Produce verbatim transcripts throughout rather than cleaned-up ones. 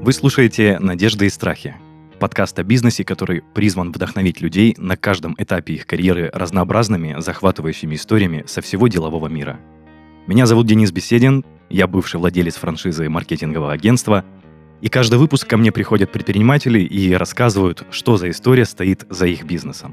Вы слушаете «Надежды и страхи» — подкаст о бизнесе, который призван вдохновить людей на каждом этапе их карьеры разнообразными, захватывающими историями со всего делового мира. Меня зовут Денис Беседин, я бывший владелец франшизы маркетингового агентства, и каждый выпуск ко мне приходят предприниматели и рассказывают, что за история стоит за их бизнесом.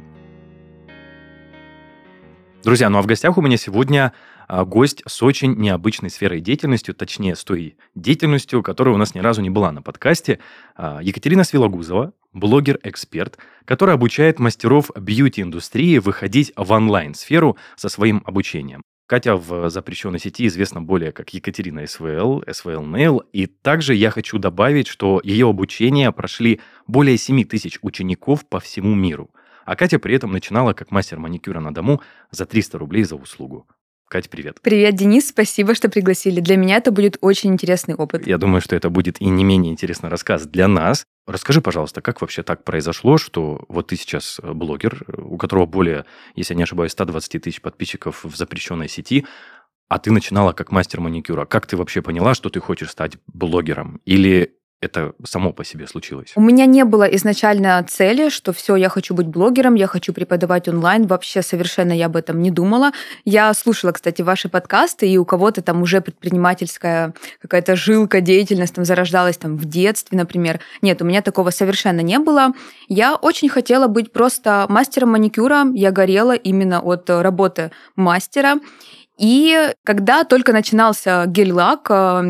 Друзья, ну а в гостях у меня сегодня а, гость с очень необычной сферой деятельности, точнее, с той деятельностью, которая у нас ни разу не была на подкасте. А, Екатерина Свилогузова, блогер-эксперт, которая обучает мастеров бьюти-индустрии выходить в онлайн-сферу со своим обучением. Катя в запрещенной сети известна более как Екатерина эс вэ эл, эс вэ эл Nail. И также я хочу добавить, что ее обучение прошли более семь тысяч учеников по всему миру. А Катя при этом начинала как мастер маникюра на дому за триста рублей за услугу. Катя, привет. Привет, Денис, спасибо, что пригласили. Для меня это будет очень интересный опыт. Я думаю, что это будет и не менее интересный рассказ для нас. Расскажи, пожалуйста, как вообще так произошло, что вот ты сейчас блогер, у которого более, если я не ошибаюсь, сто двадцать тысяч подписчиков в запрещенной сети, а ты начинала как мастер маникюра. Как ты вообще поняла, что ты хочешь стать блогером? Или это само по себе случилось? У меня не было изначально цели, что все, я хочу быть блогером, я хочу преподавать онлайн. Вообще совершенно я об этом не думала. Я слушала, кстати, ваши подкасты, и у кого-то там уже предпринимательская какая-то жилка, деятельность там зарождалась там в детстве, например. Нет, у меня такого совершенно не было. Я очень хотела быть просто мастером маникюра. Я горела именно от работы мастера. И когда только начинался гель-лак,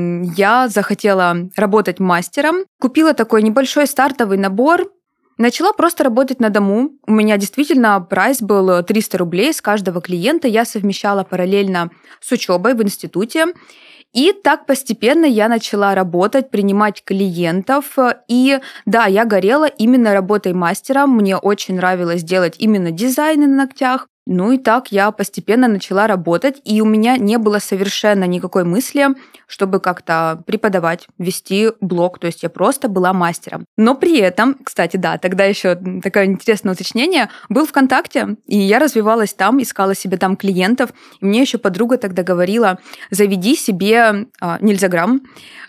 я захотела работать мастером, купила такой небольшой стартовый набор, начала просто работать на дому. У меня действительно прайс был триста рублей с каждого клиента, я совмещала параллельно с учебой в институте. И так постепенно я начала работать, принимать клиентов. И да, я горела именно работой мастера, мне очень нравилось делать именно дизайны на ногтях. Ну и так я постепенно начала работать, и у меня не было совершенно никакой мысли, чтобы как-то преподавать, вести блог, то есть я просто была мастером. Но при этом, кстати, да, тогда еще такое интересное уточнение, был ВКонтакте, и я развивалась там, искала себе там клиентов, и мне еще подруга тогда говорила, заведи себе а, Нильзяграм,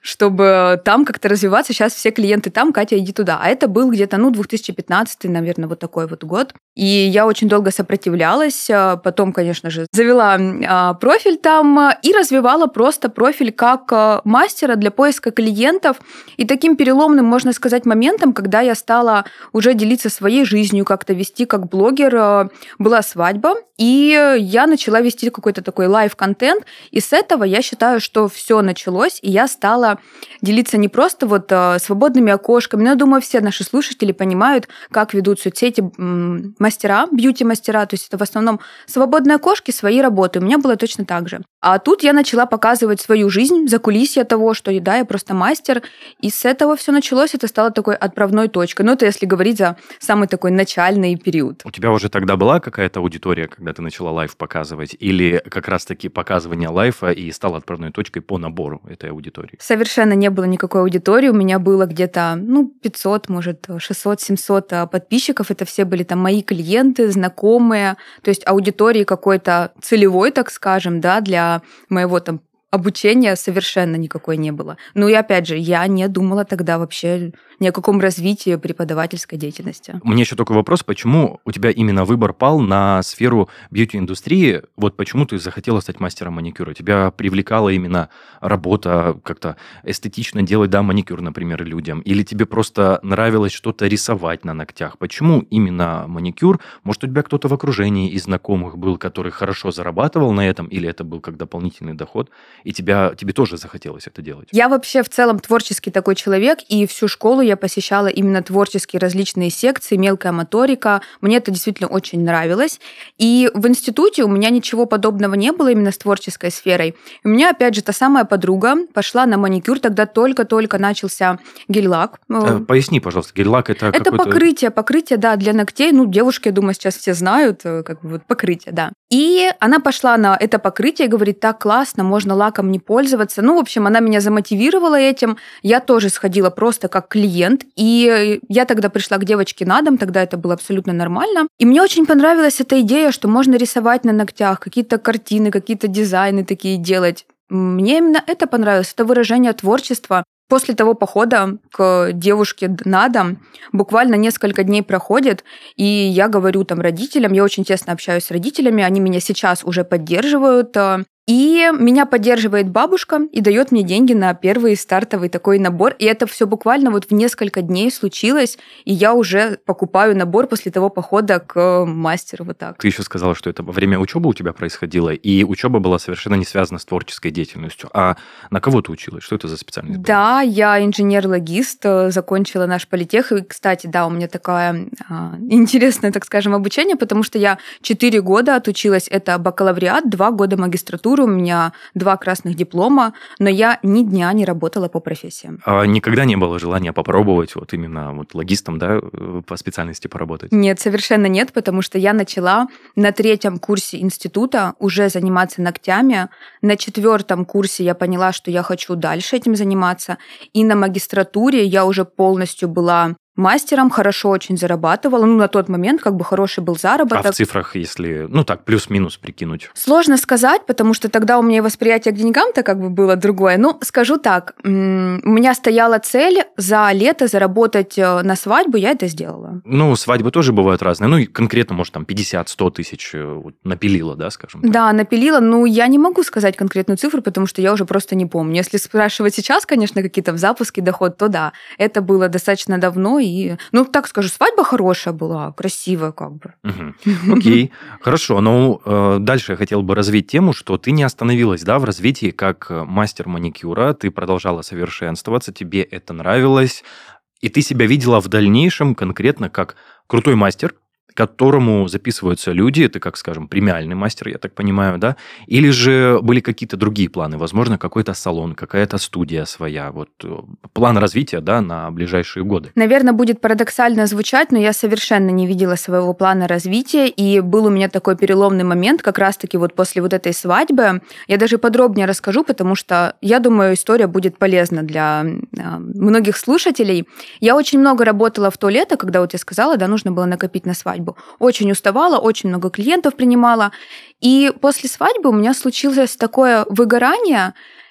чтобы там как-то развиваться, сейчас все клиенты там, Катя, иди туда. А это был где-то, ну, две тысячи пятнадцатый, наверное, вот такой вот год. И я очень долго сопротивлялась, потом, конечно же, завела профиль там и развивала просто профиль как мастера для поиска клиентов. И таким переломным, можно сказать, моментом, когда я стала уже делиться своей жизнью, как-то вести как блогер, была свадьба, и я начала вести какой-то такой лайв-контент, и с этого я считаю, что все началось, и я стала делиться не просто вот свободными окошками, но я думаю, все наши слушатели понимают, как ведут соцсети мастера, бьюти-мастера, то есть это в основном свободные окошки, свои работы. У меня было точно так же. А тут я начала показывать свою жизнь, закулисье того, что да, я просто мастер, и с этого все началось, это стало такой отправной точкой. Ну, это если говорить за самый такой начальный период. У тебя уже тогда была какая-то аудитория, когда ты начала лайв показывать, или как раз-таки показывание лайфа и стало отправной точкой по набору этой аудитории? Совершенно не было никакой аудитории, у меня было где-то, ну, пятьсот, может, шестьсот-семьсот подписчиков, это все были там мои клиенты, знакомые, то есть аудитории какой-то целевой, так скажем, да, для моего там обучения совершенно никакой не было. Ну и опять же, я не думала тогда вообще ни о каком развитии преподавательской деятельности. Мне еще такой вопрос, почему у тебя именно выбор пал на сферу бьюти-индустрии? Вот почему ты захотела стать мастером маникюра? Тебя привлекала именно работа, как-то эстетично делать, да, маникюр, например, людям? Или тебе просто нравилось что-то рисовать на ногтях? Почему именно маникюр? Может, у тебя кто-то в окружении из знакомых был, который хорошо зарабатывал на этом, или это был как дополнительный доход, и тебя, тебе тоже захотелось это делать? Я вообще в целом творческий такой человек, и всю школу я посещала именно творческие различные секции, мелкая моторика. Мне это действительно очень нравилось. И в институте у меня ничего подобного не было именно с творческой сферой. У меня, опять же, та самая подруга пошла на маникюр, тогда только-только начался гель-лак. Поясни, пожалуйста, гель-лак это Это какой-то... покрытие, покрытие, да, для ногтей. Ну, девушки, я думаю, сейчас все знают, как бы вот покрытие, да. И она пошла на это покрытие и говорит, так классно, можно лаком не пользоваться. Ну, в общем, она меня замотивировала этим. Я тоже сходила просто как клиент. И я тогда пришла к девочке на дом, тогда это было абсолютно нормально. И мне очень понравилась эта идея, что можно рисовать на ногтях, какие-то картины, какие-то дизайны такие делать. Мне именно это понравилось, это выражение творчества. После того похода к девушке на дом буквально несколько дней проходит, и я говорю там родителям, я очень тесно общаюсь с родителями, они меня сейчас уже поддерживают, и меня поддерживает бабушка и дает мне деньги на первый стартовый такой набор. И это все буквально вот в несколько дней случилось, и я уже покупаю набор после того похода к мастеру. Вот так. Ты еще сказала, что это во время учебы у тебя происходило, и учеба была совершенно не связана с творческой деятельностью. А на кого ты училась? Что это за специальность была? Да, я инженер-логист, закончила наш политех. И, кстати, да, у меня такое а, интересное, так скажем, обучение, потому что я четыре года отучилась. Это бакалавриат, два года магистратуры, у меня два красных диплома, но я ни дня не работала по профессиям. А никогда не было желания попробовать вот именно вот логистом, да, по специальности поработать? Нет, совершенно нет, потому что я начала на третьем курсе института уже заниматься ногтями. На четвертом курсе я поняла, что я хочу дальше этим заниматься. И на магистратуре я уже полностью была мастером, хорошо очень зарабатывала. Ну, на тот момент как бы хороший был заработок. А в цифрах, если, ну так, плюс-минус прикинуть? Сложно сказать, потому что тогда у меня восприятие к деньгам-то как бы было другое. Ну, скажу так, у меня стояла цель за лето заработать на свадьбу, я это сделала. Ну, свадьбы тоже бывают разные. Ну, и конкретно, может, там пятьдесят-сто тысяч вот, напилила, да, скажем так? Да, напилила. Ну, я не могу сказать конкретную цифру, потому что я уже просто не помню. Если спрашивать сейчас, конечно, какие-то в запуске доход, то да, это было достаточно давно. И, ну, так скажу, свадьба хорошая была, красивая как бы. Угу. Окей, хорошо. Но э, дальше я хотел бы развить тему, что ты не остановилась, да, в развитии как мастер маникюра, ты продолжала совершенствоваться, тебе это нравилось, и ты себя видела в дальнейшем конкретно как крутой мастер, к которому записываются люди, это, как скажем, премиальный мастер, я так понимаю, да? Или же были какие-то другие планы, возможно, какой-то салон, какая-то студия своя, вот план развития, да, на ближайшие годы? Наверное, будет парадоксально звучать, но я совершенно не видела своего плана развития, и был у меня такой переломный момент, как раз-таки вот после вот этой свадьбы. Я даже подробнее расскажу, потому что, я думаю, история будет полезна для многих слушателей. Я очень много работала в то лето, когда вот я сказала, да, нужно было накопить на свадьбу. Очень уставала, очень много клиентов принимала. И после свадьбы у меня случилось такое выгорание,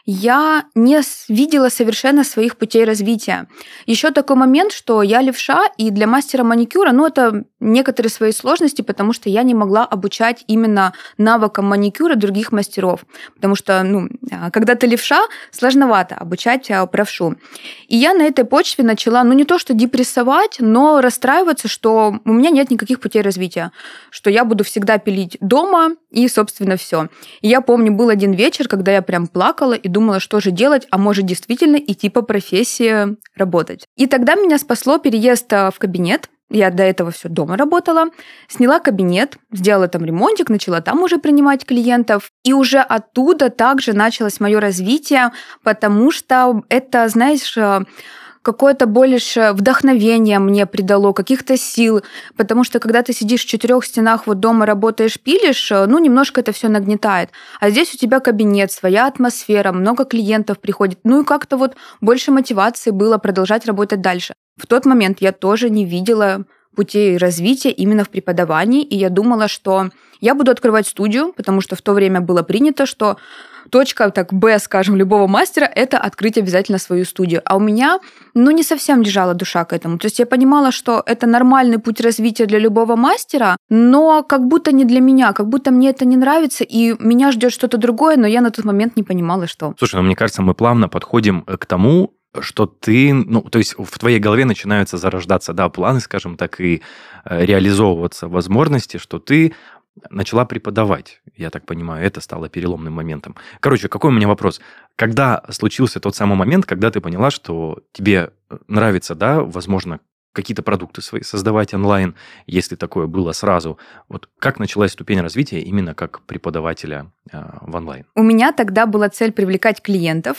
я не видела совершенно своих путей развития. Еще такой момент, что я левша, и для мастера маникюра, ну, это некоторые свои сложности, потому что я не могла обучать именно навыкам маникюра других мастеров. Потому что, ну, когда ты левша, сложновато обучать правшу. И я на этой почве начала, ну, не то что депрессовать, но расстраиваться, что у меня нет никаких путей развития, что я буду всегда пилить дома, и, собственно, все. И я помню, был один вечер, когда я прям плакала и думала, что же делать, а может действительно идти по профессии работать. И тогда меня спасло переезд в кабинет. Я до этого все дома работала, сняла кабинет, сделала там ремонтик, начала там уже принимать клиентов. И уже оттуда также началось мое развитие, потому что это, знаешь, какое-то больше вдохновение мне придало, каких-то сил, потому что когда ты сидишь в четырех стенах вот дома, работаешь, пилишь, ну, немножко это все нагнетает. А здесь у тебя кабинет, своя атмосфера, много клиентов приходит, ну и как-то вот больше мотивации было продолжать работать дальше. В тот момент я тоже не видела путей развития именно в преподавании, и я думала, что я буду открывать студию, потому что в то время было принято, что точка, так, Б, скажем, любого мастера – это открыть обязательно свою студию. А у меня, ну, не совсем лежала душа к этому. То есть я понимала, что это нормальный путь развития для любого мастера, но как будто не для меня, как будто мне это не нравится, и меня ждет что-то другое, но я на тот момент не понимала, что. Слушай, ну, мне кажется, мы плавно подходим к тому, что ты, ну, то есть в твоей голове начинаются зарождаться, да, планы, скажем так, и реализовываться возможности, что ты начала преподавать, я так понимаю, это стало переломным моментом. Короче, какой у меня вопрос? Когда случился тот самый момент, когда ты поняла, что тебе нравится, да, возможно, какие-то продукты свои создавать онлайн, если такое было сразу, вот как началась ступень развития именно как преподавателя э, в онлайн? У меня тогда была цель привлекать клиентов,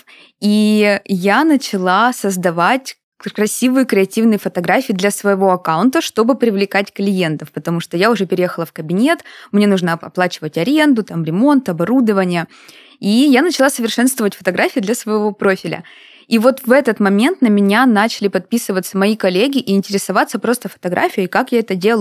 и я начала создавать красивые креативные фотографии для своего аккаунта, чтобы привлекать клиентов, потому что я уже переехала в кабинет, мне нужно оплачивать аренду, там, ремонт, оборудование. И я начала совершенствовать фотографии для своего профиля. И вот в этот момент на меня начали подписываться мои коллеги и интересоваться просто фотографией, как я это делаю.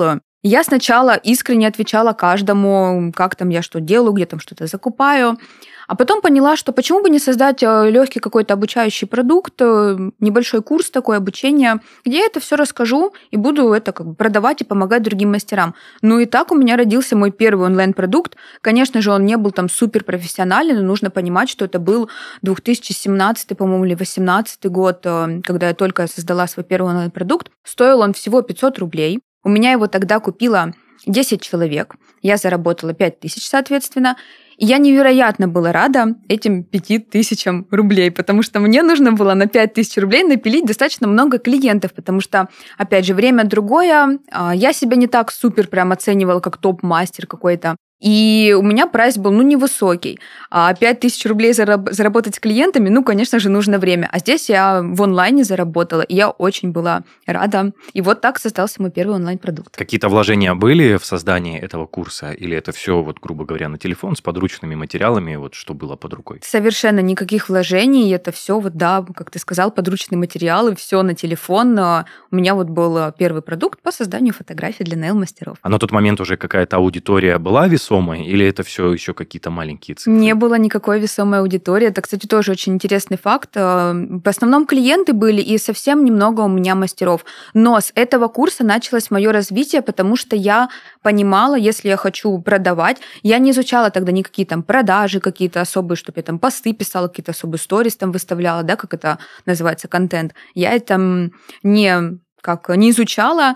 Я сначала искренне отвечала каждому, как там я что делаю, где там что-то закупаю. А потом поняла, что почему бы не создать легкий какой-то обучающий продукт, небольшой курс такой обучения, где я это все расскажу и буду это как бы продавать и помогать другим мастерам. Ну и так у меня родился мой первый онлайн-продукт. Конечно же, он не был там суперпрофессиональный, но нужно понимать, что это был две тысячи семнадцатый, по-моему, или две тысячи восемнадцатый год, когда я только создала свой первый онлайн-продукт. Стоил он всего пятьсот рублей. У меня его тогда купило десять человек. Я заработала пять тысяч, соответственно. И я невероятно была рада этим пяти тысячам рублей, потому что мне нужно было на пять тысяч рублей напилить достаточно много клиентов, потому что, опять же, время другое. Я себя не так супер прям оценивала, как топ-мастер какой-то. И у меня прайс был, ну, невысокий. А пять тысяч рублей зараб- заработать с клиентами, ну, конечно же, нужно время. А здесь я в онлайне заработала, и я очень была рада. И вот так создался мой первый онлайн-продукт. Какие-то вложения были в создании этого курса? Или это все, вот, грубо говоря, на телефон с подручными материалами, вот что было под рукой? Совершенно никаких вложений. Это все, вот, да, как ты сказал, подручные материалы, все на телефон. У меня вот был первый продукт по созданию фотографий для нейл-мастеров. А на тот момент уже какая-то аудитория была весомой? Или это все еще какие-то маленькие цифры? Не было никакой весомой аудитории. Это, кстати, тоже очень интересный факт. В основном клиенты были, и совсем немного у меня мастеров. Но с этого курса началось мое развитие, потому что я понимала, если я хочу продавать, я не изучала тогда никакие там продажи какие-то особые, чтобы я там посты писала, какие-то особые сторис там выставляла, да, как это называется, контент. Я это не, как, не изучала.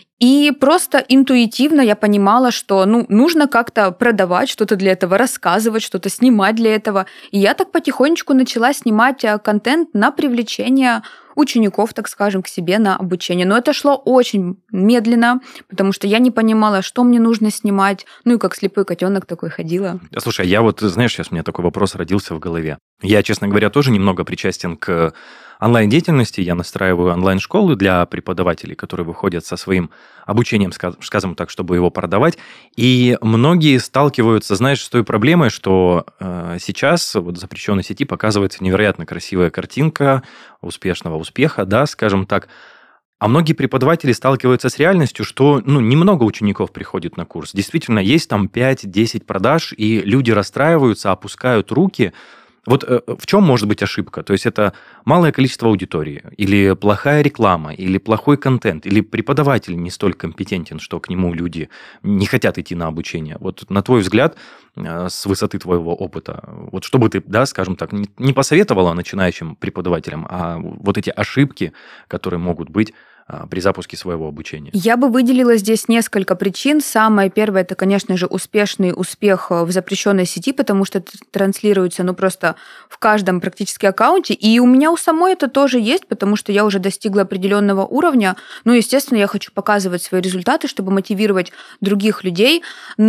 И просто интуитивно я понимала, что ну, нужно как-то продавать, что-то для этого рассказывать, что-то снимать для этого. И я так потихонечку начала снимать контент на привлечение учеников, так скажем, к себе на обучение. Но это шло очень медленно, потому что я не понимала, что мне нужно снимать. Ну и как слепой котенок такой ходила. Слушай, я вот, знаешь, сейчас у меня такой вопрос родился в голове. Я, честно говоря, тоже немного причастен к онлайн-деятельности. Я настраиваю онлайн-школы для преподавателей, которые выходят со своим обучением, скажем так, чтобы его продавать. И многие сталкиваются, знаешь, с той проблемой, что э, сейчас вот в запрещенной сети показывается невероятно красивая картинка успешного успеха, да, скажем так. А многие преподаватели сталкиваются с реальностью, что ну, немного учеников приходит на курс. Действительно, есть там пять-десять продаж, и люди расстраиваются, опускают руки. Вот э, в чем может быть ошибка? То есть это малое количество аудитории, или плохая реклама, или плохой контент, или преподаватель не столь компетентен, что к нему люди не хотят идти на обучение. Вот на твой взгляд, э, с высоты твоего опыта, вот что бы ты, да, скажем так, не, не посоветовала начинающим преподавателям, а вот эти ошибки, которые могут быть при запуске своего обучения? Я бы выделила здесь несколько причин. Самое первое – это, конечно же, успешный успех в запрещенной сети, потому что это транслируется ну, просто в каждом практически аккаунте. И у меня у самой это тоже есть, потому что я уже достигла определенного уровня. Ну, естественно, я хочу показывать свои результаты, чтобы мотивировать других людей.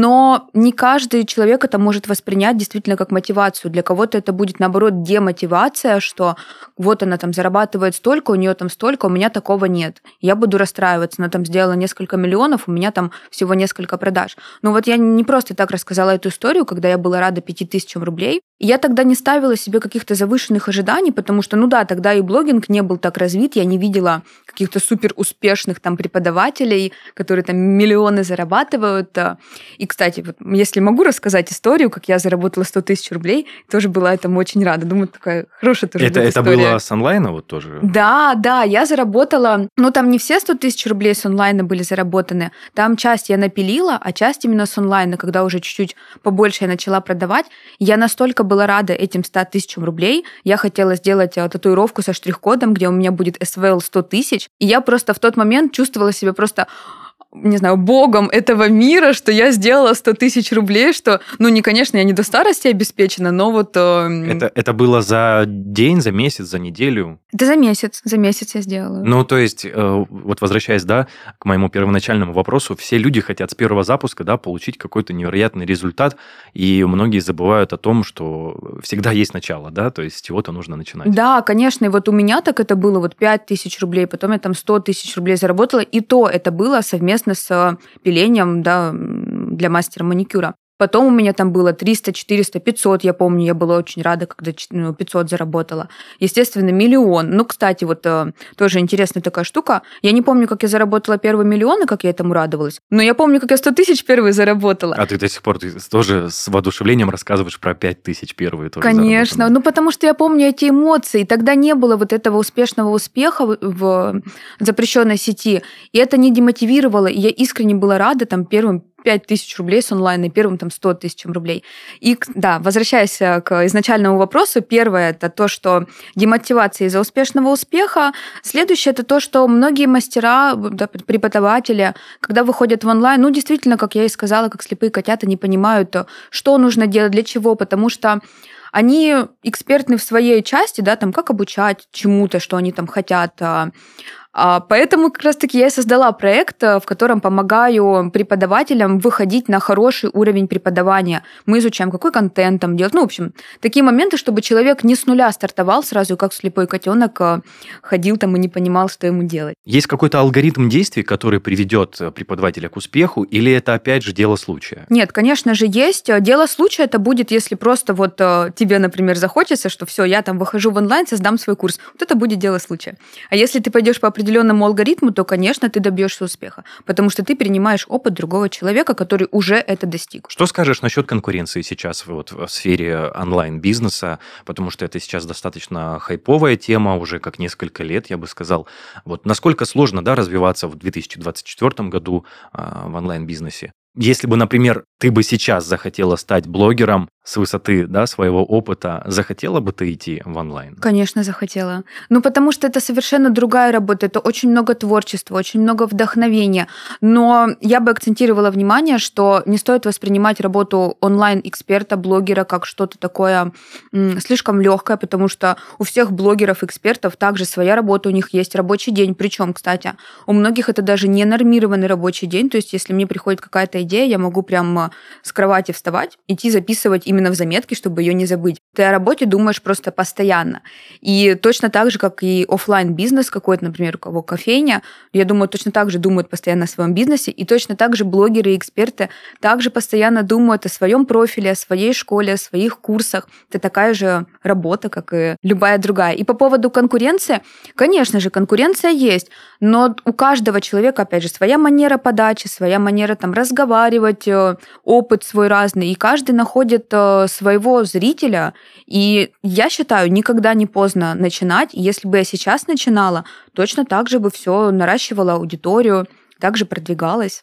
Но не каждый человек это может воспринять действительно как мотивацию. Для кого-то это будет, наоборот, демотивация, что вот она там зарабатывает столько, у нее там столько, у меня такого нет. Я буду расстраиваться, она там сделала несколько миллионов, у меня там всего несколько продаж. Но вот я не просто так рассказала эту историю, когда я была рада пяти тысячам рублей. Я тогда не ставила себе каких-то завышенных ожиданий, потому что, ну да, тогда и блогинг не был так развит, я не видела каких-то супер успешных там преподавателей, которые там миллионы зарабатывают. И, кстати, вот, если могу рассказать историю, как я заработала сто тысяч рублей, тоже была этому очень рада. Думаю, такая хорошая тоже это, будет это история. Это было с онлайна вот тоже? Да, да, я заработала, ну там не все сто тысяч рублей с онлайна были заработаны, там часть я напилила, а часть именно с онлайна, когда уже чуть-чуть побольше я начала продавать, я настолько была рада этим ста тысячам рублей, я хотела сделать татуировку со штрих-кодом, где у меня будет эс ви эл сто тысяч, и я просто в тот момент чувствовала себя просто... не знаю, богом этого мира, что я сделала сто тысяч рублей, что, ну, не, конечно, я не до старости обеспечена, но вот... Э... Это, это было за день, за месяц, за неделю? Это за месяц, за месяц я сделала. Ну, то есть, э, вот возвращаясь, да, к моему первоначальному вопросу, все люди хотят с первого запуска, да, получить какой-то невероятный результат, и многие забывают о том, что всегда есть начало, да, то есть с чего-то нужно начинать. Да, конечно, и вот у меня так это было вот пять тысяч рублей, потом я там сто тысяч рублей заработала, и то это было совместно с пилением, да, для мастера маникюра. Потом у меня там было триста, четыреста, пятьсот, я помню, я была очень рада, когда пятьсот заработала. Естественно, миллион. Ну, кстати, вот тоже интересная такая штука. Я не помню, как я заработала первый миллион и как я этому радовалась, но я помню, как я сто тысяч первые заработала. А ты до сих пор ты тоже с воодушевлением рассказываешь про пять тысяч первые тоже. Конечно, ну потому что я помню эти эмоции. Тогда не было вот этого успешного успеха в запрещенной сети, и это не демотивировало, и я искренне была рада там первым пять тысяч рублей с онлайна и первым там сто тысяч рублей. И, да, возвращаясь к изначальному вопросу, первое – это то, что демотивация из-за успешного успеха. Следующее – это то, что многие мастера, да, преподаватели, когда выходят в онлайн, ну, действительно, как я и сказала, как слепые котята, не понимают, что нужно делать, для чего, потому что они экспертны в своей части, да, там, как обучать чему-то, что они там хотят. Поэтому как раз-таки я и создала проект, в котором помогаю преподавателям выходить на хороший уровень преподавания. Мы изучаем, какой контент там делать. Ну, в общем, такие моменты, чтобы человек не с нуля стартовал сразу, как слепой котенок ходил там и не понимал, что ему делать. Есть какой-то алгоритм действий, который приведет преподавателя к успеху, или это опять же дело случая? Нет, конечно же, есть. Дело случая это будет, если просто вот тебе, например, захочется, что все, я там выхожу в онлайн, создам свой курс. Вот это будет дело случая. А если ты пойдешь по определенному алгоритму, то, конечно, ты добьешься успеха, потому что ты перенимаешь опыт другого человека, который уже это достиг. Что скажешь насчет конкуренции сейчас вот в сфере онлайн-бизнеса, потому что это сейчас достаточно хайповая тема, уже как несколько лет, я бы сказал. Вот насколько сложно, да, развиваться в две тысячи двадцать четвёртом году а, в онлайн-бизнесе? Если бы, например, ты бы сейчас захотела стать блогером с высоты, да, своего опыта, захотела бы ты идти в онлайн? Конечно, захотела. Ну, потому что это совершенно другая работа, это очень много творчества, очень много вдохновения. Но я бы акцентировала внимание, что не стоит воспринимать работу онлайн-эксперта, блогера как что-то такое м, слишком легкое, потому что у всех блогеров-экспертов также своя работа, у них есть рабочий день. Причем, кстати, у многих это даже не нормированный рабочий день, то есть если мне приходит какая-то идея, я могу прямо с кровати вставать, идти записывать именно в заметки, чтобы ее не забыть. Ты о работе думаешь просто постоянно. И точно так же, как и офлайн бизнес какой-то, например, у кого кофейня, я думаю, точно так же думают постоянно о своем бизнесе, и точно так же блогеры и эксперты также постоянно думают о своем профиле, о своей школе, о своих курсах. Это такая же работа, как и любая другая. И по поводу конкуренции, конечно же, конкуренция есть, но у каждого человека, опять же, своя манера подачи, своя манера там разговаривать, опыт свой разный, и каждый находит своего зрителя. И я считаю, никогда не поздно начинать. Если бы я сейчас начинала, точно так же бы все наращивала аудиторию, также продвигалась.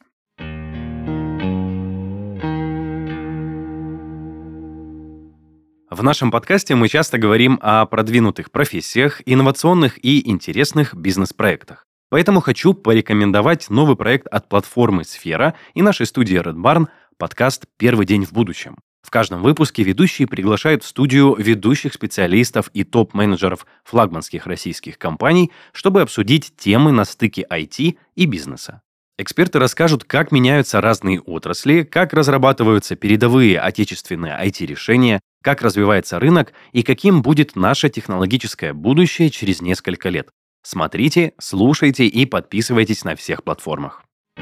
В нашем подкасте мы часто говорим о продвинутых профессиях, инновационных и интересных бизнес-проектах. Поэтому хочу порекомендовать новый проект от платформы «Сфера» и нашей студии Red Barn – подкаст «Первый день в будущем». В каждом выпуске ведущие приглашают в студию ведущих специалистов и топ-менеджеров флагманских российских компаний, чтобы обсудить темы на стыке ай ти и бизнеса. Эксперты расскажут, как меняются разные отрасли, как разрабатываются передовые отечественные ай ти-решения, как развивается рынок и каким будет наше технологическое будущее через несколько лет. Смотрите, слушайте и подписывайтесь на всех платформах.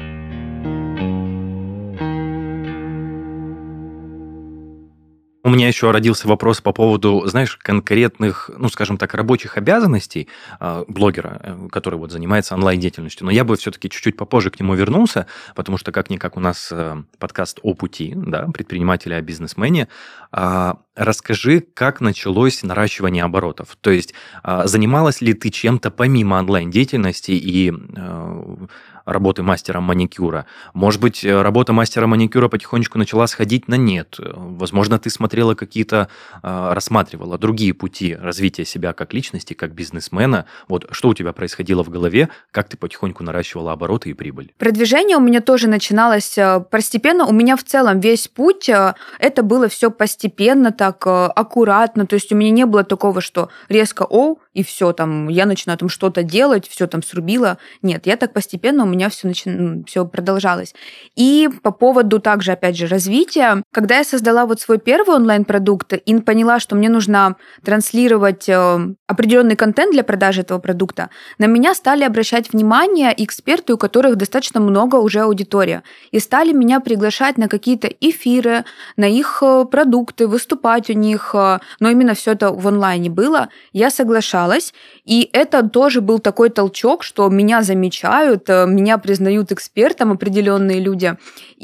У меня еще родился вопрос по поводу, знаешь, конкретных, ну, скажем так, рабочих обязанностей э, блогера, э, который вот занимается онлайн-деятельностью. Но я бы все-таки чуть-чуть попозже к нему вернулся, потому что как-никак у нас э, подкаст о пути, да, предпринимателя о бизнесмене. Э, расскажи, как началось наращивание оборотов. То есть э, занималась ли ты чем-то помимо онлайн-деятельности и э, работы мастера маникюра? Может быть, работа мастера маникюра потихонечку начала сходить на нет? Возможно, ты смотрела какие-то, рассматривала другие пути развития себя как личности, как бизнесмена. Вот что у тебя происходило в голове, как ты потихоньку наращивала обороты и прибыль? Продвижение у меня тоже начиналось постепенно. У меня в целом весь путь, это было все постепенно, так аккуратно. То есть у меня не было такого, что резко, о, и все там, я начинаю там что-то делать, все там срубила. Нет, я так постепенно, у меня все начи... все продолжалось. И по поводу также, опять же, развития, когда я создала вот свой первый онлайн-продукт и поняла, что мне нужно транслировать определенный контент для продажи этого продукта, на меня стали обращать внимание эксперты, у которых достаточно много уже аудитории, и стали меня приглашать на какие-то эфиры, на их продукты, выступать у них, но именно все это в онлайне было. Я соглашалась, и это тоже был такой толчок, что меня замечают, меня признают экспертом определенные люди,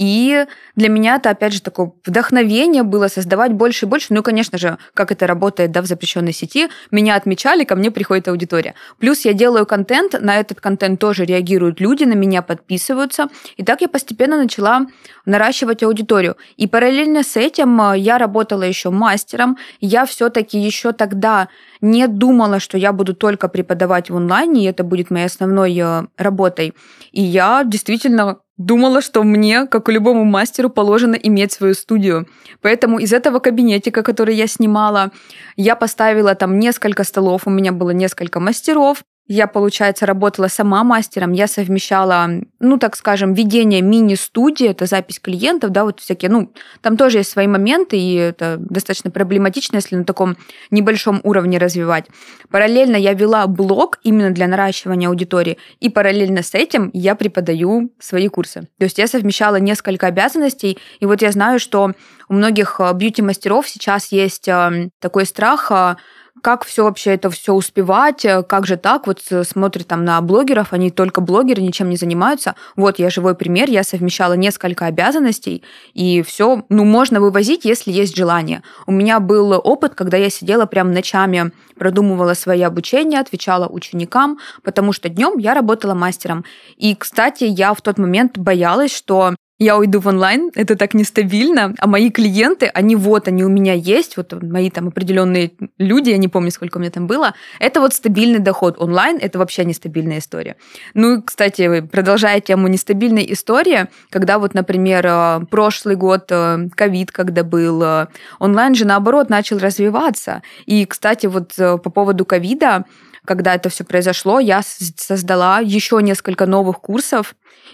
и для меня это, опять же, такое вдохновение было создавать больше и больше. Ну, конечно же, как это работает, да, в запрещенной сети, меня отмечали, ко мне приходит аудитория. Плюс я делаю контент, на этот контент тоже реагируют люди, на меня подписываются. И так я постепенно начала наращивать аудиторию. И параллельно с этим я работала еще мастером. Я все-таки еще тогда не думала, что я буду только преподавать в онлайне, и это будет моей основной работой. И я действительно думала, что мне, как и любому мастеру, положено иметь свою студию. Поэтому из этого кабинетика, который я снимала, я поставила там несколько столов, у меня было несколько мастеров. Я, получается, работала сама мастером, я совмещала, ну, так скажем, ведение мини-студии, это запись клиентов, да, вот всякие, ну, там тоже есть свои моменты, и это достаточно проблематично, если на таком небольшом уровне развивать. Параллельно я вела блог именно для наращивания аудитории, и параллельно с этим я преподаю свои курсы. То есть я совмещала несколько обязанностей, и вот я знаю, что у многих бьюти-мастеров сейчас есть такой страх, как все вообще это все успевать, как же так, вот смотрят там на блогеров, они только блогеры, ничем не занимаются. Вот я живой пример, я совмещала несколько обязанностей, и все, ну, можно вывозить, если есть желание. У меня был опыт, когда я сидела прям ночами, продумывала свои обучения, отвечала ученикам, потому что днем я работала мастером. И, кстати, я в тот момент боялась, что я уйду в онлайн, это так нестабильно, а мои клиенты, они вот, они у меня есть, вот мои там определенные люди, я не помню, сколько у меня там было, это вот стабильный доход. Онлайн – это вообще нестабильная история. Ну и, кстати, продолжая тему нестабильной истории, когда вот, например, прошлый год, ковид, когда был, онлайн же, наоборот, начал развиваться. И, кстати, вот по поводу ковида, когда это все произошло, я создала еще несколько новых курсов.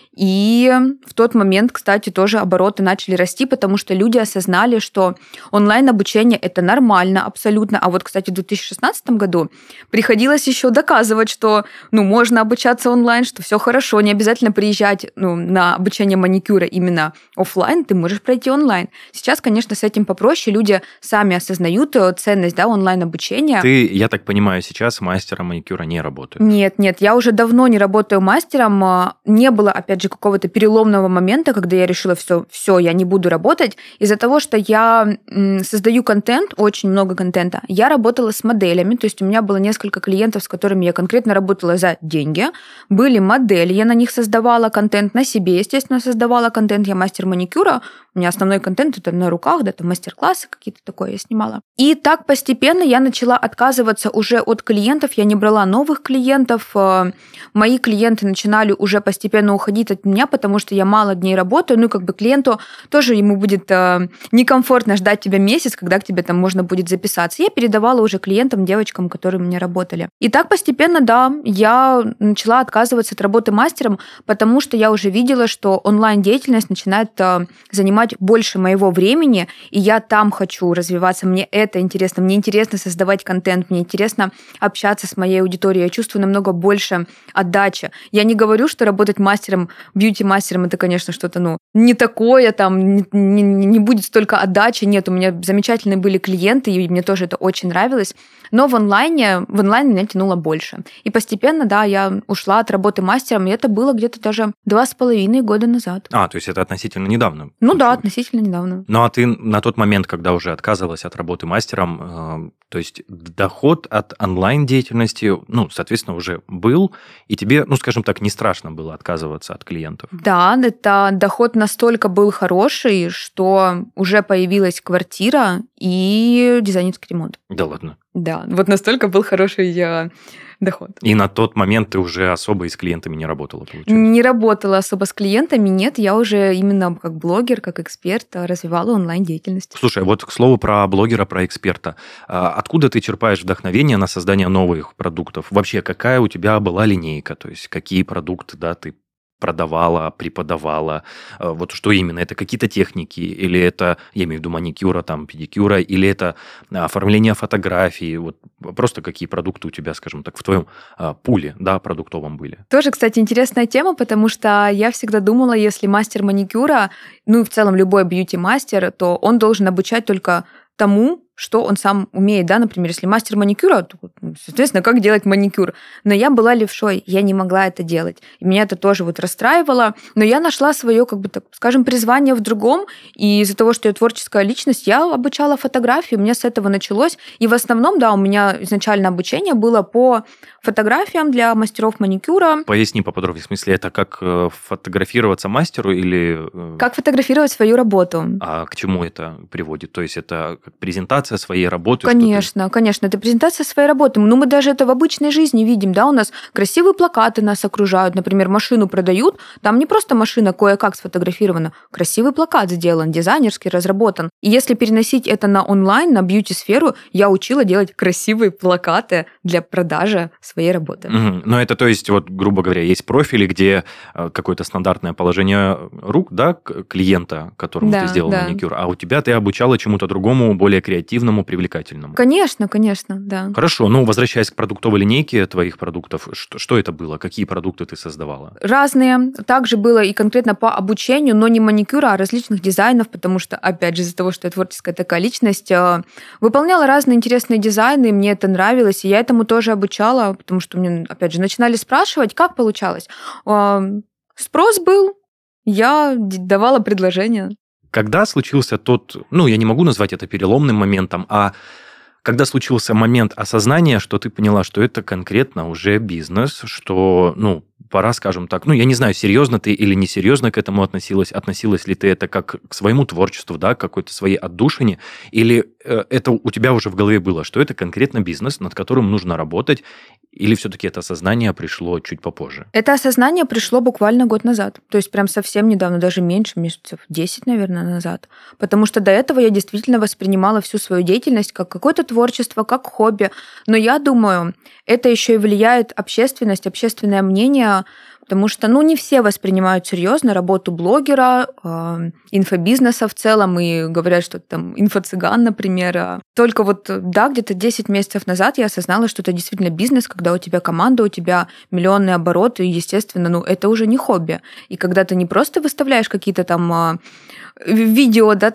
И в тот момент, кстати, тоже обороты начали расти, потому что люди осознали, что онлайн-обучение – это нормально абсолютно. А вот, кстати, в две тысячи шестнадцатом году приходилось еще доказывать, что ну, можно обучаться онлайн, что все хорошо, не обязательно приезжать ну, на обучение маникюра именно офлайн, ты можешь пройти онлайн. Сейчас, конечно, с этим попроще, люди сами осознают ценность да, онлайн-обучения. Ты, я так понимаю, сейчас мастером маникюра не работаешь? Нет, нет, я уже давно не работаю мастером, не было, опять же, какого-то переломного момента, когда я решила, все, все, я не буду работать. Из-за того, что я создаю контент, очень много контента, я работала с моделями, то есть у меня было несколько клиентов, с которыми я конкретно работала за деньги. Были модели, я на них создавала контент, на себе, естественно, создавала контент. Я мастер маникюра, у меня основной контент это на руках, да, там мастер-классы какие-то такое я снимала. И так постепенно я начала отказываться уже от клиентов, я не брала новых клиентов, мои клиенты начинали уже постепенно уходить от меня, потому что я мало дней работаю, ну, как бы клиенту тоже ему будет э, некомфортно ждать тебя месяц, когда к тебе там можно будет записаться. Я передавала уже клиентам, девочкам, которые у меня работали. И так постепенно, да, я начала отказываться от работы мастером, потому что я уже видела, что онлайн-деятельность начинает э, занимать больше моего времени, и я там хочу развиваться, мне это интересно, мне интересно создавать контент, мне интересно общаться с моей аудиторией, я чувствую намного больше отдачи. Я не говорю, что работать мастером, бьюти-мастером это, конечно, что-то, ну, не такое, там, не, не, не будет столько отдачи. Нет, у меня замечательные были клиенты, и мне тоже это очень нравилось. Но в онлайне, в онлайн меня тянуло больше. И постепенно, да, я ушла от работы мастером, и это было где-то даже два с половиной года назад. А, то есть это относительно недавно? Ну да, относительно недавно. Ну а ты на тот момент, когда уже отказывалась от работы мастером, э, то есть доход от онлайн-деятельности, ну, соответственно, уже был, и тебе, ну, скажем так, не страшно было отказываться от клиентов? Да, это доход настолько был хороший, что уже появилась квартира и дизайнерский ремонт. Да ладно? Да, вот настолько был хороший доход. И на тот момент ты уже особо и с клиентами не работала, получается? Не работала особо с клиентами, нет, я уже именно как блогер, как эксперт развивала онлайн-деятельность. Слушай, вот к слову про блогера, про эксперта. Откуда ты черпаешь вдохновение на создание новых продуктов? Вообще, какая у тебя была линейка? То есть, какие продукты, да, ты продавала, преподавала, вот что именно? Это какие-то техники, или это, я имею в виду, маникюра, там, педикюра, или это оформление фотографий, вот просто какие продукты у тебя, скажем так, в твоем пуле, да, продуктовом были? Тоже, кстати, интересная тема, потому что я всегда думала, если мастер маникюра, ну и в целом любой бьюти-мастер, то он должен обучать только тому, что он сам умеет, да, например, если мастер маникюра, то, соответственно, как делать маникюр. Но я была левшой, я не могла это делать. И меня это тоже вот расстраивало, но я нашла свое, как бы так, скажем, призвание в другом, и из-за того, что я творческая личность, я обучала фотографии, у меня с этого началось, и в основном, да, у меня изначально обучение было по фотографиям для мастеров маникюра. Поясни поподробнее, в смысле, это как фотографироваться мастеру или... Как фотографировать свою работу. А к чему это приводит? То есть это как презентация своей работы? Конечно, конечно, это презентация своей работы. Ну, мы даже это в обычной жизни видим, да, у нас красивые плакаты нас окружают, например, машину продают, там не просто машина кое-как сфотографирована, красивый плакат сделан, дизайнерский разработан. И если переносить это на онлайн, на бьюти-сферу, я учила делать красивые плакаты для продажи своей работы. Угу. Но это, то есть, вот, грубо говоря, есть профили, где какое-то стандартное положение рук, да, клиента, которому да, ты сделал да. маникюр, а у тебя ты обучала чему-то другому, более креативному, привлекательному. Конечно, конечно, да. Хорошо, ну, возвращаясь к продуктовой линейке твоих продуктов, что, что это было? Какие продукты ты создавала? Разные. Также было и конкретно по обучению, но не маникюра, а различных дизайнов, потому что, опять же, из-за того, что я творческая такая личность, выполняла разные интересные дизайны, и мне это нравилось, и я этому тоже обучала, потому что мне, опять же, начинали спрашивать, как получалось. Спрос был, я давала предложения. Когда случился тот, ну, я не могу назвать это переломным моментом, а когда случился момент осознания, что ты поняла, что это конкретно уже бизнес, что, ну, пора, скажем так, ну, я не знаю, серьезно ты или несерьезно к этому относилась, относилась ли ты это как к своему творчеству, да, к какой-то своей отдушине, или это у тебя уже в голове было, что это конкретно бизнес, над которым нужно работать, или все-таки это осознание пришло чуть попозже? Это осознание пришло буквально год назад. То есть прям совсем недавно, даже меньше, месяцев десять, наверное, назад. Потому что до этого я действительно воспринимала всю свою деятельность как какое-то творчество, как хобби. Но я думаю, это еще и влияет общественность, общественное мнение, потому что, ну, не все воспринимают серьезно работу блогера, э, инфобизнеса в целом, и говорят, что там инфо-цыган, например. Только вот, да, где-то десять месяцев назад я осознала, что это действительно бизнес, когда у тебя команда, у тебя миллионные обороты, и, естественно, ну, это уже не хобби. И когда ты не просто выставляешь какие-то там видео, да,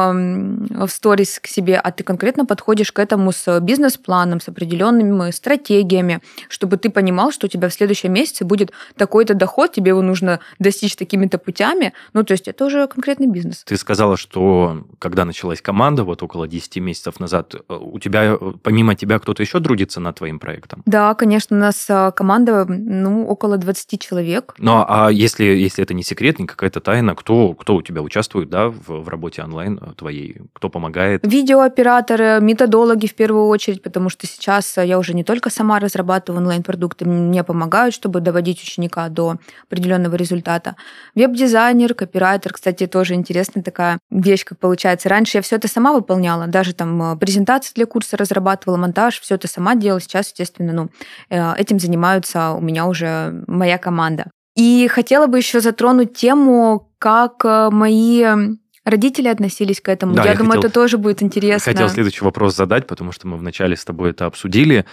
там в сторис к себе, а ты конкретно подходишь к этому с бизнес-планом, с определенными стратегиями, чтобы ты понимал, что у тебя в следующем месяце будет такой-то доход, тебе его нужно достичь такими-то путями. Ну, то есть это уже конкретный бизнес. Ты сказала, что когда началась команда, вот около десять месяцев назад, у тебя, помимо тебя, кто-то еще трудится над твоим проектом? Да, конечно, у нас команда, ну, около двадцати человек. Ну, а если, если это не секрет, не какая-то тайна, кто, кто у тебя участвует, да, в, в работе онлайн твоей, кто помогает? Видеооператоры, методологи в первую очередь, потому что сейчас я уже не только сама разрабатываю онлайн-продукты, мне помогают, чтобы доводить ученика до определенного результата. Веб-дизайнер, копирайтер, кстати, тоже интересная такая вещь, как получается. Раньше я все это сама выполняла, даже там презентации для курса разрабатывала, монтаж, все это сама делала. Сейчас, естественно, ну, этим занимаются у меня уже моя команда. И хотела бы еще затронуть тему, как мои родители относились к этому. Да, я, я думаю, хотел, это тоже будет интересно. Хотел следующий вопрос задать, потому что мы вначале с тобой это обсудили.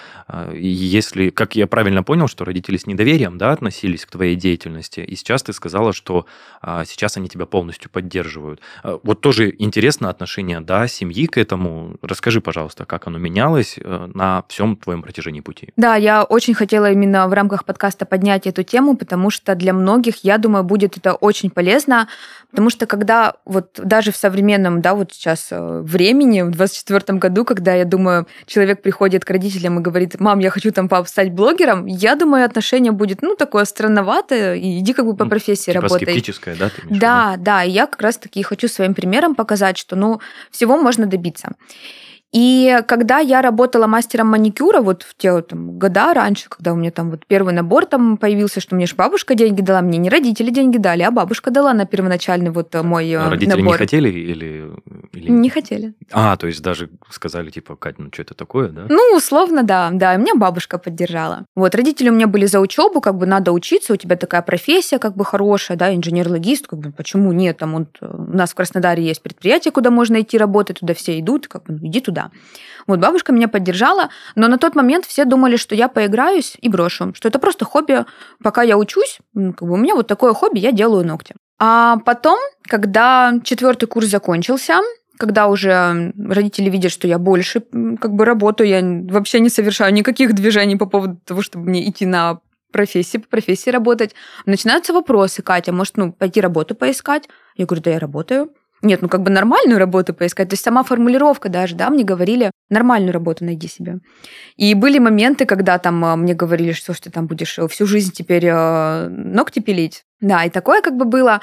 Если, как я правильно понял, что родители с недоверием, да, относились к твоей деятельности, и сейчас ты сказала, что сейчас они тебя полностью поддерживают. Вот тоже интересно отношение, да, семьи к этому. Расскажи, пожалуйста, как оно менялось на всем твоем протяжении пути. Да, я очень хотела именно в рамках подкаста поднять эту тему, потому что для многих, я думаю, будет это очень полезно, потому что когда вот даже в современном, да, вот сейчас времени, в двадцать четвёртом году, когда, я думаю, человек приходит к родителям и говорит: мам, я хочу там пап стать блогером, я думаю, отношение будет, ну, такое странноватое, и иди как бы по профессии типа работай. Скептическое, да? Ты имеешь да, да, и я как раз-таки хочу своим примером показать, что, ну, всего можно добиться. И когда я работала мастером маникюра, вот в те там, года раньше, когда у меня там вот первый набор там появился, что мне же бабушка деньги дала, мне не родители деньги дали, а бабушка дала на первоначальный вот мой а родители набор. не хотели или, или... Не хотели. А, то есть даже сказали, типа, Кать, ну что это такое, да? Ну, условно, да, да, и меня бабушка поддержала. Вот, родители у меня были за учебу, как бы надо учиться, у тебя такая профессия как бы хорошая, да, инженер-логист, как бы почему нет, там вот, у нас в Краснодаре есть предприятие, куда можно идти работать, туда все идут, как бы, ну, иди туда. Вот, бабушка меня поддержала, но на тот момент все думали, что я поиграюсь и брошу, что это просто хобби, пока я учусь, как бы у меня вот такое хобби, я делаю ногти. А потом, когда четвертый курс закончился, когда уже родители видят, что я больше как бы работаю, я вообще не совершаю никаких движений по поводу того, чтобы мне идти на профессии, по профессии работать, начинаются вопросы: Катя, может, ну, пойти работу поискать? Я говорю, да я работаю. Нет, ну как бы нормальную работу поискать. То есть сама формулировка даже, да, мне говорили, нормальную работу найди себе. И были моменты, когда там мне говорили, что ты там будешь всю жизнь теперь ногти пилить. Да, и такое как бы было.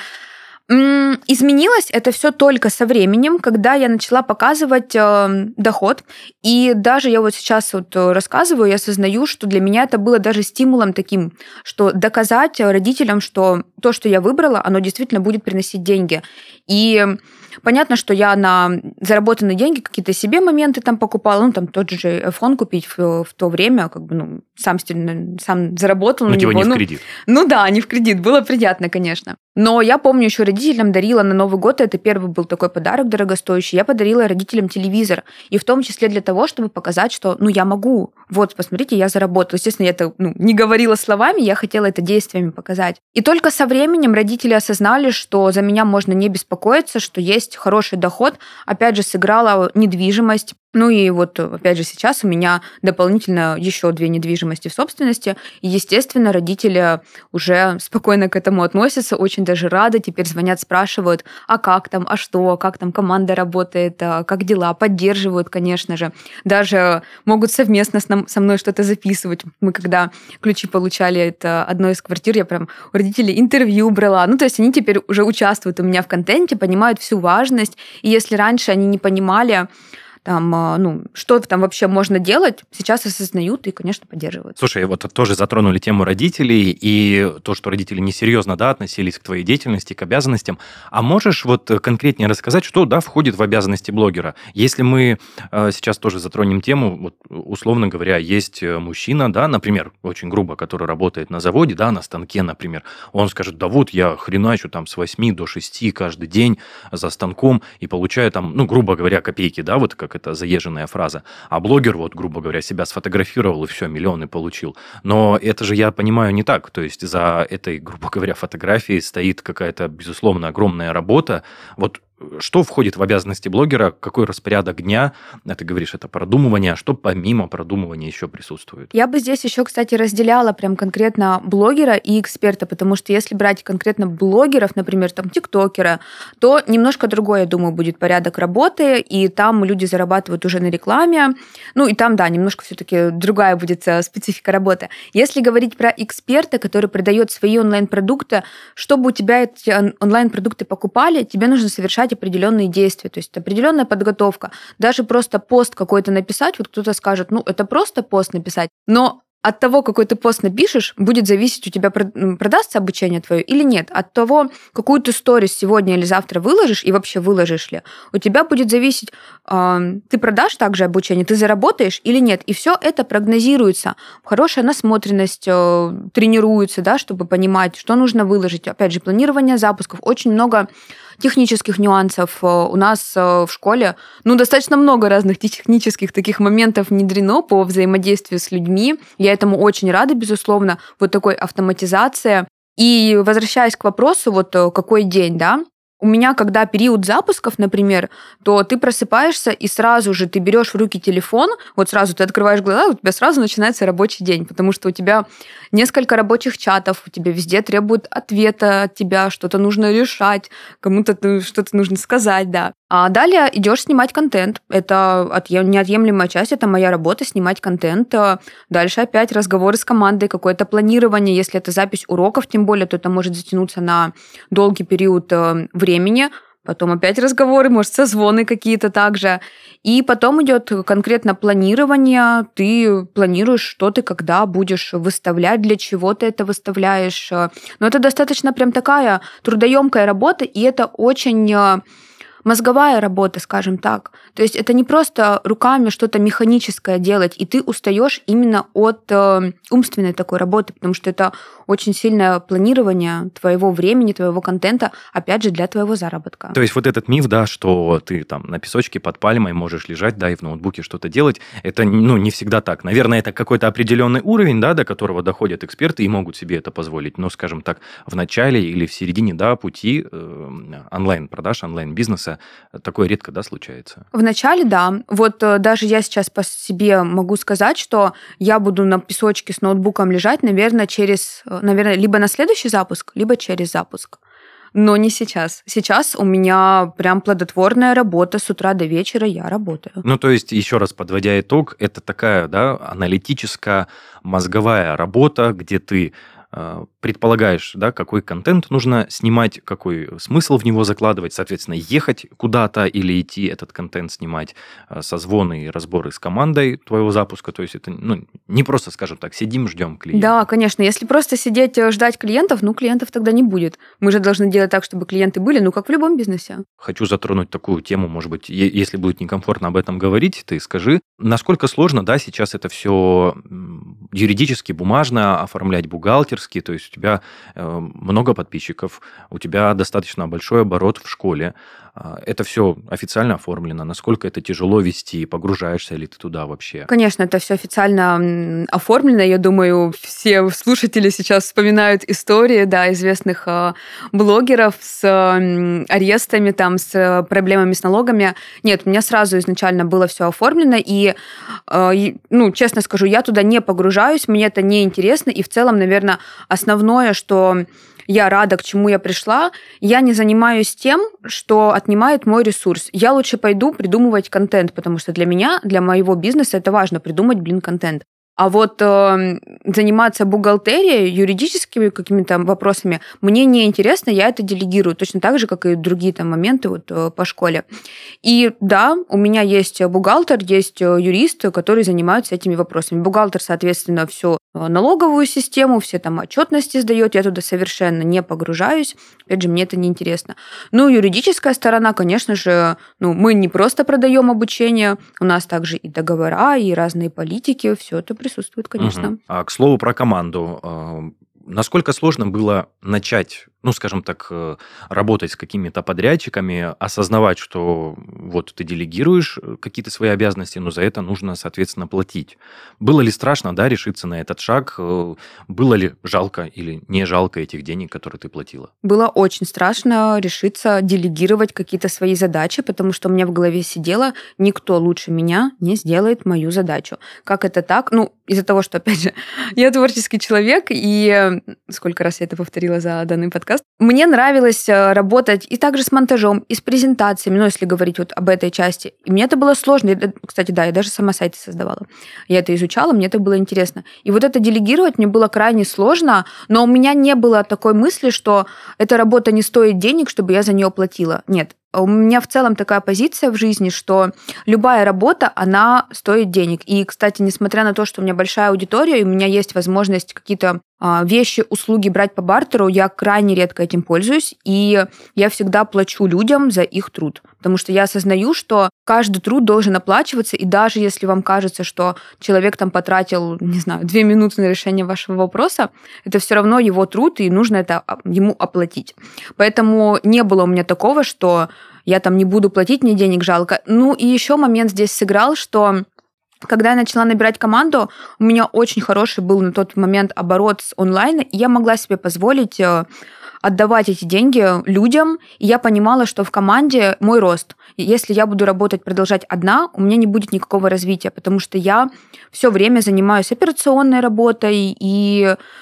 Изменилось это все только со временем, когда я начала показывать э, доход. И даже я вот сейчас вот рассказываю, я осознаю, что для меня это было даже стимулом таким, что доказать родителям, что то, что я выбрала, оно действительно будет приносить деньги. И понятно, что я на заработанные деньги какие-то себе моменты там покупала, ну, там тот же iPhone купить в, в то время, как бы, ну, сам, сам заработал на него. Ну, типа не ну, в кредит. Ну да, не в кредит, было приятно, конечно. Но я помню, еще родителям дарила на Новый год, это первый был такой подарок дорогостоящий, я подарила родителям телевизор, и в том числе для того, чтобы показать, что, ну, я могу, вот, посмотрите, я заработала. Естественно, я это ну, не говорила словами, я хотела это действиями показать. И только со временем родители осознали, что за меня можно не беспокоиться, что есть хороший доход. Опять же, сыграла недвижимость. Ну и вот, опять же, сейчас у меня дополнительно еще две недвижимости в собственности. И, естественно, родители уже спокойно к этому относятся, очень даже рады. Теперь звонят, спрашивают, а как там, а что, как там команда работает, как дела, поддерживают, конечно же. Даже могут совместно со мной что-то записывать. Мы когда ключи получали, это одной из квартир, я прям у родителей интервью брала. Ну, то есть они теперь уже участвуют у меня в контенте, понимают всю важность. И если раньше они не понимали, там, ну, что там вообще можно делать, сейчас осознают и, конечно, поддерживают. Слушай, вот тоже затронули тему родителей и то, что родители несерьезно, да, относились к твоей деятельности, к обязанностям. А можешь вот конкретнее рассказать, что, да, входит в обязанности блогера? Если мы сейчас тоже затронем тему, вот, условно говоря, есть мужчина, да, например, очень грубо, который работает на заводе, да, на станке, например, он скажет, да вот я хреначу там с восьми до шести каждый день за станком и получаю там, ну, грубо говоря, копейки, да, вот как это заезженная фраза. А блогер, вот, грубо говоря, себя сфотографировал и все, миллионы получил. Но это же, я понимаю, не так. То есть за этой, грубо говоря, фотографией стоит какая-то, безусловно, огромная работа. Вот что входит в обязанности блогера, какой распорядок дня, ты говоришь, это продумывание, а что помимо продумывания еще присутствует? Я бы здесь еще, кстати, разделяла прям конкретно блогера и эксперта, потому что если брать конкретно блогеров, например, там, тиктокера, то немножко другой, я думаю, будет порядок работы, и там люди зарабатывают уже на рекламе, ну и там, да, немножко все-таки другая будет специфика работы. Если говорить про эксперта, который продает свои онлайн-продукты, чтобы у тебя эти онлайн-продукты покупали, тебе нужно совершать определенные действия, то есть определенная подготовка. Даже просто пост какой-то написать, вот кто-то скажет, ну, это просто пост написать, но от того, какой ты пост напишешь, будет зависеть, у тебя продастся обучение твое или нет. От того, какую ты сторис сегодня или завтра выложишь, и вообще выложишь ли, у тебя будет зависеть, ты продашь также обучение, ты заработаешь или нет. И все это прогнозируется. Хорошая насмотренность тренируется, да, чтобы понимать, что нужно выложить. Опять же, планирование запусков. Очень много технических нюансов. У нас в школе, ну, достаточно много разных технических таких моментов внедрено по взаимодействию с людьми. Я этому очень рада, безусловно, вот такой автоматизация. И возвращаясь к вопросу, вот какой день, да, у меня, когда период запусков, например, то ты просыпаешься, и сразу же ты берешь в руки телефон, вот сразу ты открываешь глаза, у тебя сразу начинается рабочий день, потому что у тебя несколько рабочих чатов, у тебя везде требуют ответа от тебя, что-то нужно решать, кому-то что-то нужно сказать, да. А далее идешь снимать контент. Это неотъемлемая часть, это моя работа, снимать контент. Дальше опять разговоры с командой, какое-то планирование. Если это запись уроков, тем более, то это может затянуться на долгий период времени. потом опять разговоры, может, созвоны какие-то также. И потом идет конкретно планирование. Ты планируешь, что ты когда будешь выставлять, для чего ты это выставляешь. Но это достаточно прям такая трудоемкая работа, и это очень мозговая работа, скажем так. То есть это не просто руками что-то механическое делать, и ты устаешь именно от э, умственной такой работы, потому что это очень сильное планирование твоего времени, твоего контента, опять же, для твоего заработка. То есть вот этот миф, да, что ты там на песочке под пальмой можешь лежать, да, и в ноутбуке что-то делать, это, ну, не всегда так. Наверное, это какой-то определенный уровень, да, до которого доходят эксперты и могут себе это позволить. Но, скажем так, в начале или в середине, да, пути э, онлайн-продаж, онлайн-бизнеса такое редко, да, случается? В начале, да. Вот э, даже я сейчас по себе могу сказать, что я буду на песочке с ноутбуком лежать, наверное, через, наверное, либо на следующий запуск, либо через запуск. Но не сейчас. Сейчас у меня прям плодотворная работа. С утра до вечера я работаю. Ну, то есть, еще раз подводя итог, это такая, да, аналитическая, мозговая работа, где ты предполагаешь, да, какой контент нужно снимать, какой смысл в него закладывать, соответственно, ехать куда-то или идти этот контент снимать, созвоны и разборы с командой твоего запуска. То есть это, ну, не просто, скажем так, сидим, ждем клиента. Да, конечно. Если просто сидеть, ждать клиентов, ну, клиентов тогда не будет. Мы же должны делать так, чтобы клиенты были, ну, как в любом бизнесе. Хочу затронуть такую тему, может быть, если будет некомфортно об этом говорить, ты скажи, насколько сложно, да, сейчас это все юридически, бумажно оформлять, бухгалтерски, то есть у тебя много подписчиков, у тебя достаточно большой оборот в школе, это все официально оформлено, насколько это тяжело вести, погружаешься ли ты туда вообще? Конечно, это все официально оформлено, я думаю, все слушатели сейчас вспоминают истории, да, известных блогеров с арестами, там, с проблемами с налогами. Нет, у меня сразу изначально было все оформлено, и, ну, честно скажу, я туда не погружаюсь, мне это не интересно, и в целом, наверное, основное, что я рада, к чему я пришла, я не занимаюсь тем, что отнимает мой ресурс. Я лучше пойду придумывать контент, потому что для меня, для моего бизнеса это важно придумать, блин, контент. А вот э, заниматься бухгалтерией, юридическими какими-то вопросами мне неинтересно, я это делегирую, точно так же, как и другие там моменты вот, э, по школе. И да, у меня есть бухгалтер, есть юрист, которые занимаются этими вопросами. Бухгалтер, соответственно, всю налоговую систему, все там отчетности сдает, я туда совершенно не погружаюсь, опять же, мне это неинтересно. Ну, юридическая сторона, конечно же, ну, мы не просто продаем обучение, у нас также и договора, и разные политики, все это присутствует, конечно. Угу. А, к слову про команду. Насколько сложно было начать, ну, скажем так, работать с какими-то подрядчиками, осознавать, что вот ты делегируешь какие-то свои обязанности, но за это нужно, соответственно, платить. Было ли страшно, да, решиться на этот шаг? Было ли жалко или не жалко этих денег, которые ты платила? Было очень страшно решиться делегировать какие-то свои задачи, потому что у меня в голове сидело, никто лучше меня не сделает мою задачу. Как это так? Ну, из-за того, что, опять же, я творческий человек, и сколько раз я это повторила за данный подкаст, мне нравилось работать и также с монтажом, и с презентациями, ну, если говорить вот об этой части. И мне это было сложно. Я, кстати, да, я даже сама сайты создавала. Я это изучала, мне это было интересно. И вот это делегировать мне было крайне сложно, но у меня не было такой мысли, что эта работа не стоит денег, чтобы я за нее платила. Нет. У меня в целом такая позиция в жизни, что любая работа, она стоит денег. И, кстати, несмотря на то, что у меня большая аудитория, и у меня есть возможность какие-то вещи, услуги брать по бартеру, я крайне редко этим пользуюсь, и я всегда плачу людям за их труд. Потому что я осознаю, что каждый труд должен оплачиваться, и даже если вам кажется, что человек там потратил, не знаю, две минуты на решение вашего вопроса, это все равно его труд, и нужно это ему оплатить. Поэтому не было у меня такого, что я там не буду платить, мне денег жалко. Ну и еще момент здесь сыграл, что когда я начала набирать команду, у меня очень хороший был на тот момент оборот с онлайна, и я могла себе позволить отдавать эти деньги людям, и я понимала, что в команде мой рост. Если я буду работать, продолжать одна, у меня не будет никакого развития, потому что я все время занимаюсь операционной работой и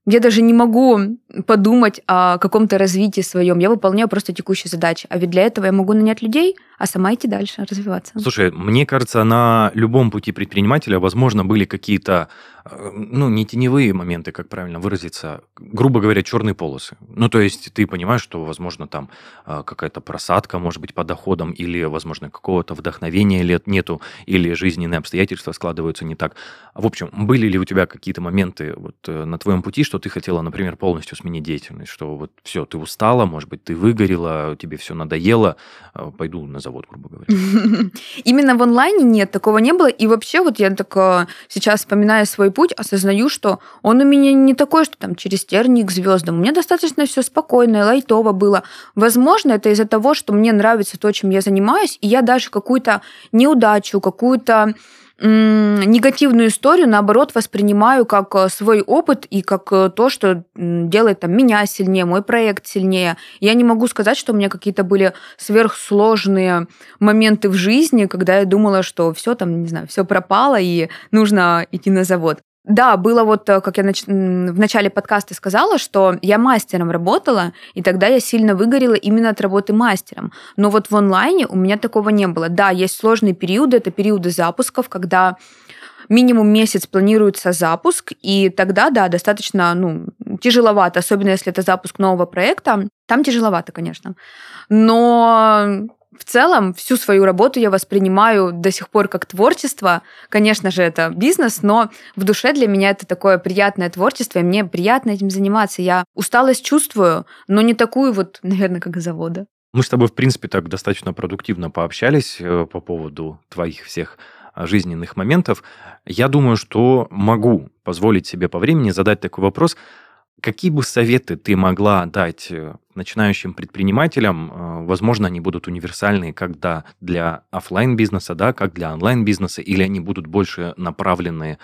Я даже не могу подумать о каком-то развитии своем. Я выполняю просто текущие задачи. А ведь для этого я могу нанять людей, а сама идти дальше, развиваться. Слушай, мне кажется, на любом пути предпринимателя, возможно, были какие-то, ну, не теневые моменты, как правильно выразиться, грубо говоря, черные полосы. Ну, то есть ты понимаешь, что, возможно, там какая-то просадка, может быть, по доходам, или, возможно, какого-то вдохновения лет нету, или жизненные обстоятельства складываются не так. В общем, были ли у тебя какие-то моменты вот на твоем пути, что ты хотела, например, полностью сменить деятельность, что вот все, ты устала, может быть, ты выгорела, тебе все надоело, пойду на завод, грубо говоря. Именно в онлайне нет, такого не было. И вообще вот я так сейчас, вспоминая свой путь, осознаю, что он у меня не такой, что там через тернии к звездам. У меня достаточно все спокойно, лайтово было. Возможно, это из-за того, что мне нравится то, чем я занимаюсь, и я даже какую-то неудачу, какую-то негативную историю, наоборот, воспринимаю как свой опыт и как то, что делает там, меня сильнее, мой проект сильнее. Я не могу сказать, что у меня какие-то были сверхсложные моменты в жизни, когда я думала, что все там, не знаю, все пропало и нужно идти на завод. Да, было вот, как я нач... в начале подкаста сказала, что я мастером работала, и тогда я сильно выгорела именно от работы мастером. Но вот в онлайне у меня такого не было. Да, есть сложные периоды, это периоды запусков, когда минимум месяц планируется запуск, и тогда, да, достаточно ну, тяжеловато, особенно если это запуск нового проекта. Там тяжеловато, конечно. Но в целом всю свою работу я воспринимаю до сих пор как творчество. Конечно же, это бизнес, но в душе для меня это такое приятное творчество, и мне приятно этим заниматься. Я усталость чувствую, но не такую вот, наверное, как из завода. Мы с тобой, в принципе, так достаточно продуктивно пообщались по поводу твоих всех жизненных моментов. Я думаю, что могу позволить себе по времени задать такой вопрос. Какие бы советы ты могла дать начинающим предпринимателям? Возможно, они будут универсальные как для офлайн-бизнеса, да, как для онлайн-бизнеса, или они будут больше направлены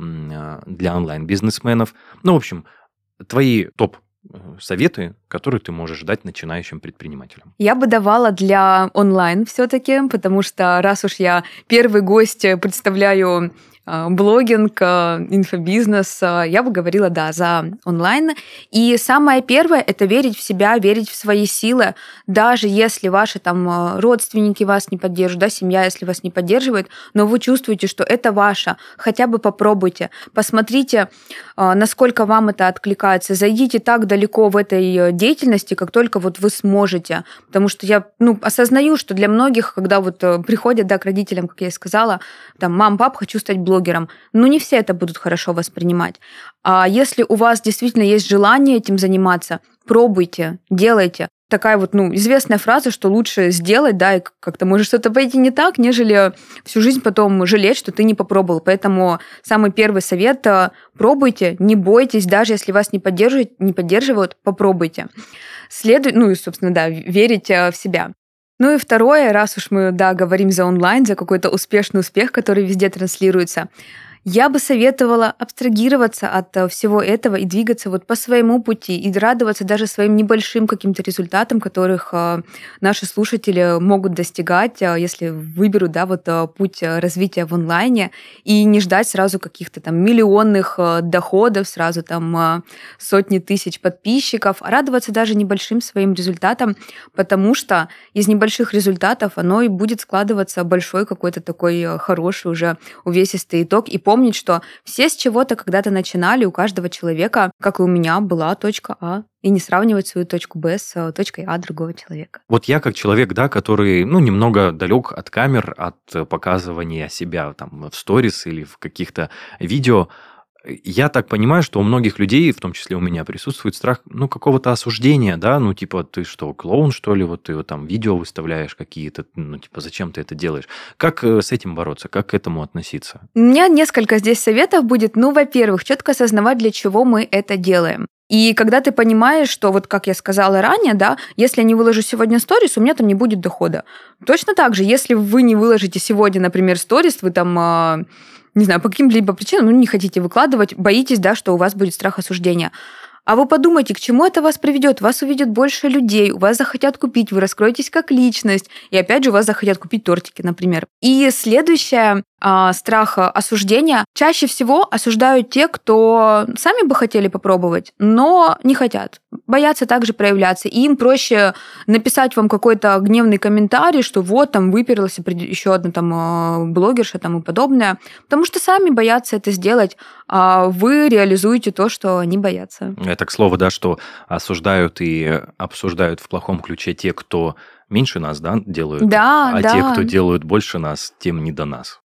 для онлайн-бизнесменов. Ну, в общем, твои топ-советы, которые ты можешь дать начинающим предпринимателям. Я бы давала для онлайн все-таки, потому что раз уж я первый гость представляю блогинг, инфобизнес, я бы говорила, да, за онлайн. И самое первое – это верить в себя, верить в свои силы, даже если ваши там родственники вас не поддерживают, да, семья, если вас не поддерживает, но вы чувствуете, что это ваше, хотя бы попробуйте, посмотрите, насколько вам это откликается, зайдите так далеко в этой деятельности, как только вот вы сможете, потому что я, ну, осознаю, что для многих, когда вот приходят, да, к родителям, как я и сказала, там, мам, пап, хочу стать блогером, но не все это будут хорошо воспринимать. А если у вас действительно есть желание этим заниматься, пробуйте, делайте. Такая вот, ну, известная фраза, что лучше сделать, да, и как-то может что-то пойти не так, нежели всю жизнь потом жалеть, что ты не попробовал. Поэтому самый первый совет – пробуйте, не бойтесь, даже если вас не поддерживают, не поддерживают, попробуйте. Следуй, ну и, собственно, да, верите в себя. Ну и второе, раз уж мы, да, говорим за онлайн, за какой-то успешный успех, который везде транслируется, я бы советовала абстрагироваться от всего этого и двигаться вот по своему пути, и радоваться даже своим небольшим каким-то результатам, которых наши слушатели могут достигать, если выберут, да, вот путь развития в онлайне, и не ждать сразу каких-то там миллионных доходов, сразу там сотни тысяч подписчиков, а радоваться даже небольшим своим результатам, потому что из небольших результатов оно и будет складываться большой какой-то такой хороший уже увесистый итог. И помнить, что все с чего-то когда-то начинали, у каждого человека, как и у меня, была точка А, и не сравнивать свою точку Б с точкой А другого человека. Вот я как человек, да, который, ну, немного далек от камер, от показывания себя там в сторис или в каких-то видео, я так понимаю, что у многих людей, в том числе у меня, присутствует страх, ну, какого-то осуждения, да, ну, типа, ты что, клоун, что ли, вот ты вот там видео выставляешь какие-то, ну, типа, зачем ты это делаешь? Как с этим бороться, как к этому относиться? У меня несколько здесь советов будет. Ну, во-первых, четко осознавать, для чего мы это делаем. И когда ты понимаешь, что, вот как я сказала ранее, да, если я не выложу сегодня сторис, у меня там не будет дохода. Точно так же, если вы не выложите сегодня, например, сторис, вы там... не знаю, по каким-либо причинам, ну, не хотите выкладывать, боитесь, да, что у вас будет страх осуждения. А вы подумайте, к чему это вас приведет? Вас увидят больше людей, у вас захотят купить, вы раскроетесь как личность, и опять же, у вас захотят купить тортики, например. И следующее, а, страх осуждения. Чаще всего осуждают те, кто сами бы хотели попробовать, но не хотят. Боятся также проявляться. И им проще написать вам какой-то гневный комментарий, что вот там выперлась еще одна там блогерша там и подобное. Потому что сами боятся это сделать, а вы реализуете то, что они боятся. Это к слову, да, что осуждают и обсуждают в плохом ключе те, кто меньше нас, да, делают, да, а да. те, кто делают больше нас, тем не до нас.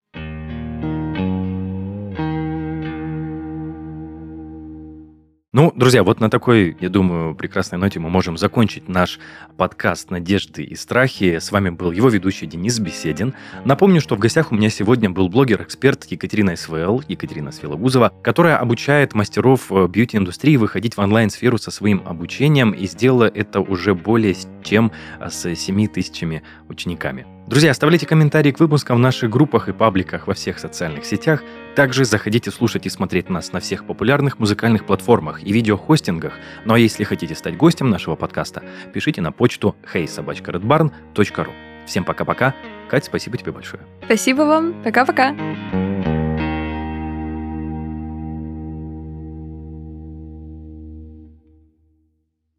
Ну, друзья, вот на такой, я думаю, прекрасной ноте мы можем закончить наш подкаст «Надежды и страхи». С вами был его ведущий Денис Беседин. Напомню, что в гостях у меня сегодня был блогер-эксперт Екатерина СВЛ, Екатерина Свилогузова, которая обучает мастеров бьюти-индустрии выходить в онлайн-сферу со своим обучением и сделала это уже более чем с семью тысячами учениками. Друзья, оставляйте комментарии к выпускам в наших группах и пабликах во всех социальных сетях. Также заходите слушать и смотреть нас на всех популярных музыкальных платформах и видеохостингах. Ну а если хотите стать гостем нашего подкаста, пишите на почту хей собака ред барн точка ру. Всем пока-пока. Кать, спасибо тебе большое. Спасибо вам. Пока-пока.